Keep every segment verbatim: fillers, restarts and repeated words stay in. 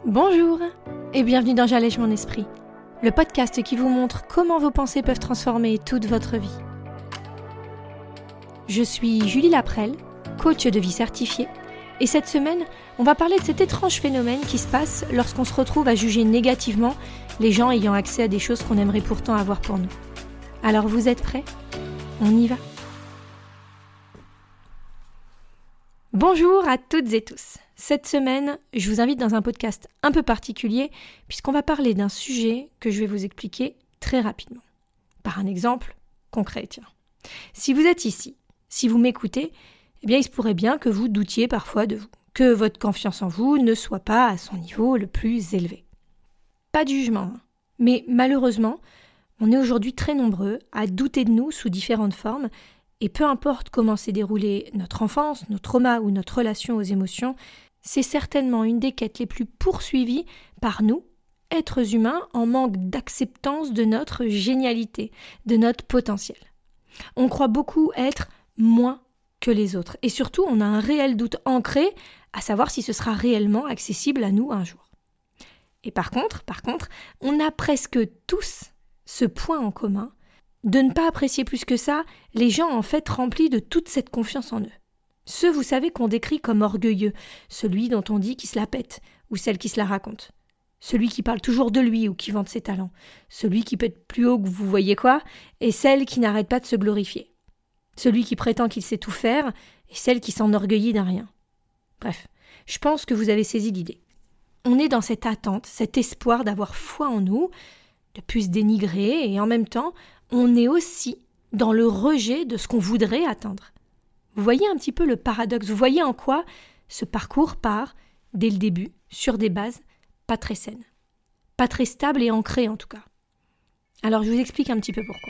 Bonjour et bienvenue dans J'allège mon esprit, le podcast qui vous montre comment vos pensées peuvent transformer toute votre vie. Je suis Julie Laprelle, coach de vie certifiée, et cette semaine, on va parler de cet étrange phénomène qui se passe lorsqu'on se retrouve à juger négativement les gens ayant accès à des choses qu'on aimerait pourtant avoir pour nous. Alors vous êtes prêts ? On y va ? Bonjour à toutes et tous. Cette semaine, je vous invite dans un podcast un peu particulier puisqu'on va parler d'un sujet que je vais vous expliquer très rapidement. Par un exemple concret, tiens. Si vous êtes ici, si vous m'écoutez, eh bien il se pourrait bien que vous doutiez parfois de vous, que votre confiance en vous ne soit pas à son niveau le plus élevé. Pas de jugement, hein. Mais malheureusement, on est aujourd'hui très nombreux à douter de nous sous différentes formes. Et peu importe comment s'est déroulée notre enfance, nos traumas ou notre relation aux émotions, c'est certainement une des quêtes les plus poursuivies par nous, êtres humains en manque d'acceptance de notre génialité, de notre potentiel. On croit beaucoup être moins que les autres et surtout on a un réel doute ancré à savoir si ce sera réellement accessible à nous un jour. Et par contre, par contre, on a presque tous ce point en commun de ne pas apprécier plus que ça les gens en fait remplis de toute cette confiance en eux. Ceux, vous savez, qu'on décrit comme orgueilleux, celui dont on dit qu'il se la pète, ou celle qui se la raconte. Celui qui parle toujours de lui ou qui vante ses talents. Celui qui peut être plus haut que vous voyez quoi, et celle qui n'arrête pas de se glorifier. Celui qui prétend qu'il sait tout faire, et celle qui s'enorgueillit d'un rien. Bref, je pense que vous avez saisi l'idée. On est dans cette attente, cet espoir d'avoir foi en nous, de plus se dénigrer, et en même temps, on est aussi dans le rejet de ce qu'on voudrait atteindre. Vous voyez un petit peu le paradoxe, vous voyez en quoi ce parcours part, dès le début, sur des bases pas très saines, pas très stables et ancrées en tout cas. Alors je vous explique un petit peu pourquoi.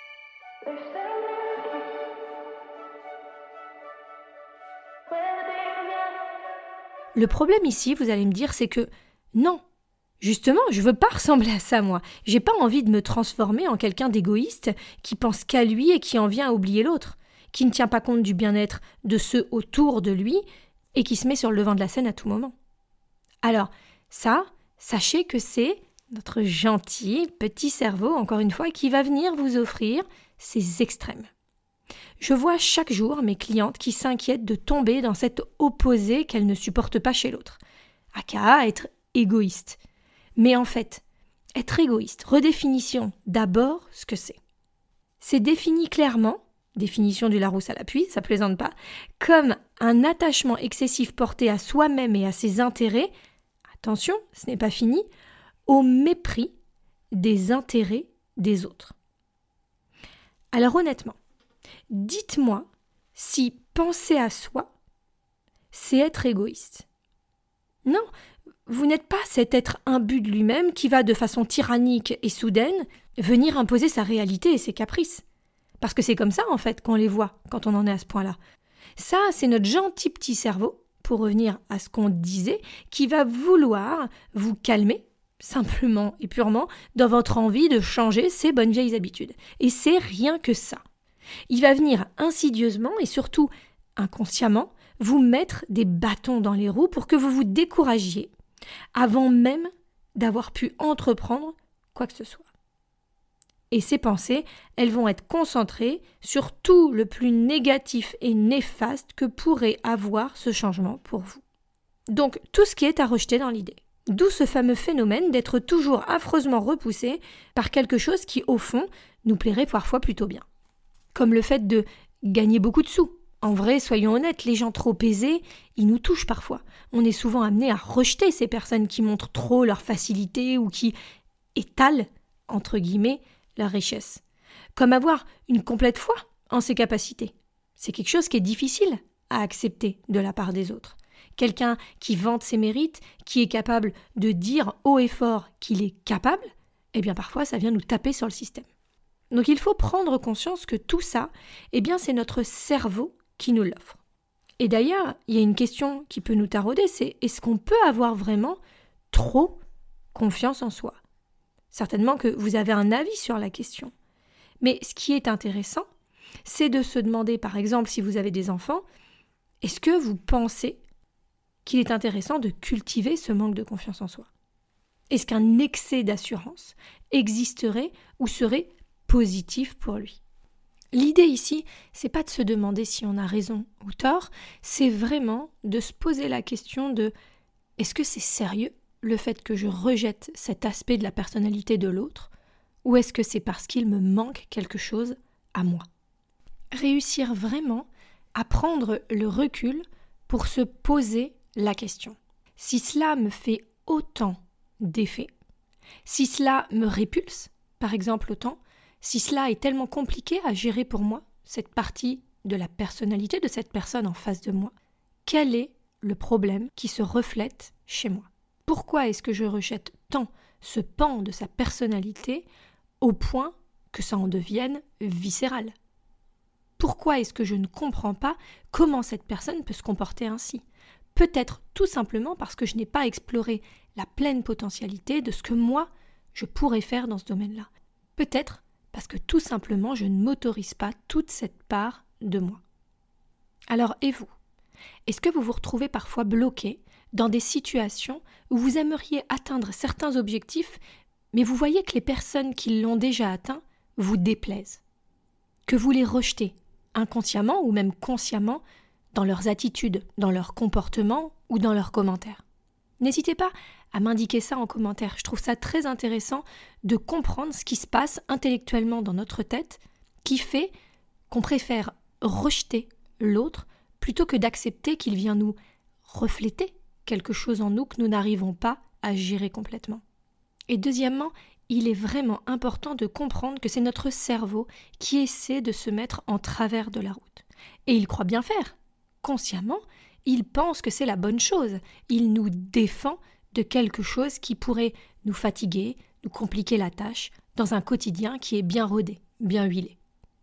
Le problème ici, vous allez me dire, c'est que non, justement, je veux pas ressembler à ça, moi. J'ai pas envie de me transformer en quelqu'un d'égoïste qui pense qu'à lui et qui en vient à oublier l'autre, qui ne tient pas compte du bien-être de ceux autour de lui et qui se met sur le devant de la scène à tout moment. Alors, ça, sachez que c'est notre gentil petit cerveau, encore une fois, qui va venir vous offrir ces extrêmes. Je vois chaque jour mes clientes qui s'inquiètent de tomber dans cet opposé qu'elles ne supportent pas chez l'autre. Aka, être égoïste. Mais en fait, être égoïste, redéfinition d'abord ce que c'est. C'est défini clairement, définition du Larousse à l'appui, ça plaisante pas, comme un attachement excessif porté à soi-même et à ses intérêts, attention, ce n'est pas fini, au mépris des intérêts des autres. Alors honnêtement, dites-moi si penser à soi, c'est être égoïste. Non, vous n'êtes pas cet être imbu de lui-même qui va de façon tyrannique et soudaine venir imposer sa réalité et ses caprices. Parce que c'est comme ça, en fait, qu'on les voit quand on en est à ce point-là. Ça, c'est notre gentil petit cerveau, pour revenir à ce qu'on disait, qui va vouloir vous calmer, simplement et purement, dans votre envie de changer ces bonnes vieilles habitudes. Et c'est rien que ça. Il va venir insidieusement et surtout inconsciemment vous mettre des bâtons dans les roues pour que vous vous découragiez avant même d'avoir pu entreprendre quoi que ce soit. Et ces pensées, elles vont être concentrées sur tout le plus négatif et néfaste que pourrait avoir ce changement pour vous. Donc, tout ce qui est à rejeter dans l'idée. D'où ce fameux phénomène d'être toujours affreusement repoussé par quelque chose qui, au fond, nous plairait parfois plutôt bien. Comme le fait de gagner beaucoup de sous. En vrai, soyons honnêtes, les gens trop aisés, ils nous touchent parfois. On est souvent amené à rejeter ces personnes qui montrent trop leur facilité ou qui étalent, entre guillemets, leur richesse. Comme avoir une complète foi en ses capacités. C'est quelque chose qui est difficile à accepter de la part des autres. Quelqu'un qui vante ses mérites, qui est capable de dire haut et fort qu'il est capable, eh bien parfois ça vient nous taper sur le système. Donc il faut prendre conscience que tout ça, eh bien c'est notre cerveau qui nous l'offre. Et d'ailleurs, il y a une question qui peut nous tarauder, c'est est-ce qu'on peut avoir vraiment trop confiance en soi ? Certainement que vous avez un avis sur la question. Mais ce qui est intéressant, c'est de se demander, par exemple, si vous avez des enfants, est-ce que vous pensez qu'il est intéressant de cultiver ce manque de confiance en soi? Est-ce qu'un excès d'assurance existerait ou serait positif pour lui? L'idée ici, c'est pas de se demander si on a raison ou tort, c'est vraiment de se poser la question de est-ce que c'est sérieux le fait que je rejette cet aspect de la personnalité de l'autre, ou est-ce que c'est parce qu'il me manque quelque chose à moi? Réussir vraiment à prendre le recul pour se poser la question. Si cela me fait autant d'effet, si cela me répulse, par exemple autant, si cela est tellement compliqué à gérer pour moi, cette partie de la personnalité de cette personne en face de moi, quel est le problème qui se reflète chez moi? Pourquoi est-ce que je rejette tant ce pan de sa personnalité au point que ça en devienne viscéral? Pourquoi est-ce que je ne comprends pas comment cette personne peut se comporter ainsi? Peut-être tout simplement parce que je n'ai pas exploré la pleine potentialité de ce que moi, je pourrais faire dans ce domaine-là. Peut-être parce que tout simplement, je ne m'autorise pas toute cette part de moi. Alors, et vous? Est-ce que vous vous retrouvez parfois bloqué dans des situations où vous aimeriez atteindre certains objectifs, mais vous voyez que les personnes qui l'ont déjà atteint vous déplaisent? Que vous les rejetez, inconsciemment ou même consciemment, dans leurs attitudes, dans leurs comportements ou dans leurs commentaires? N'hésitez pas à m'indiquer ça en commentaire. Je trouve ça très intéressant de comprendre ce qui se passe intellectuellement dans notre tête qui fait qu'on préfère rejeter l'autre plutôt que d'accepter qu'il vient nous refléter quelque chose en nous que nous n'arrivons pas à gérer complètement. Et deuxièmement, il est vraiment important de comprendre que c'est notre cerveau qui essaie de se mettre en travers de la route. Et il croit bien faire. Consciemment, il pense que c'est la bonne chose. Il nous défend de quelque chose qui pourrait nous fatiguer, nous compliquer la tâche, dans un quotidien qui est bien rodé, bien huilé.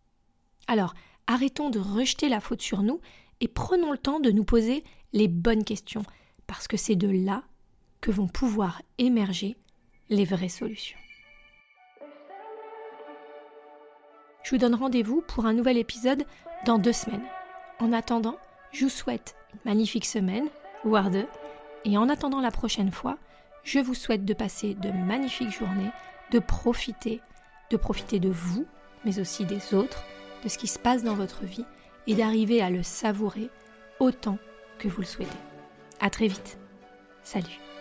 Alors, arrêtons de rejeter la faute sur nous et prenons le temps de nous poser les bonnes questions, parce que c'est de là que vont pouvoir émerger les vraies solutions. Je vous donne rendez-vous pour un nouvel épisode dans deux semaines. En attendant, je vous souhaite une magnifique semaine, voire deux, et en attendant la prochaine fois, je vous souhaite de passer de magnifiques journées, de profiter, de profiter de vous, mais aussi des autres, de ce qui se passe dans votre vie, et d'arriver à le savourer autant que vous le souhaitez. À très vite. Salut.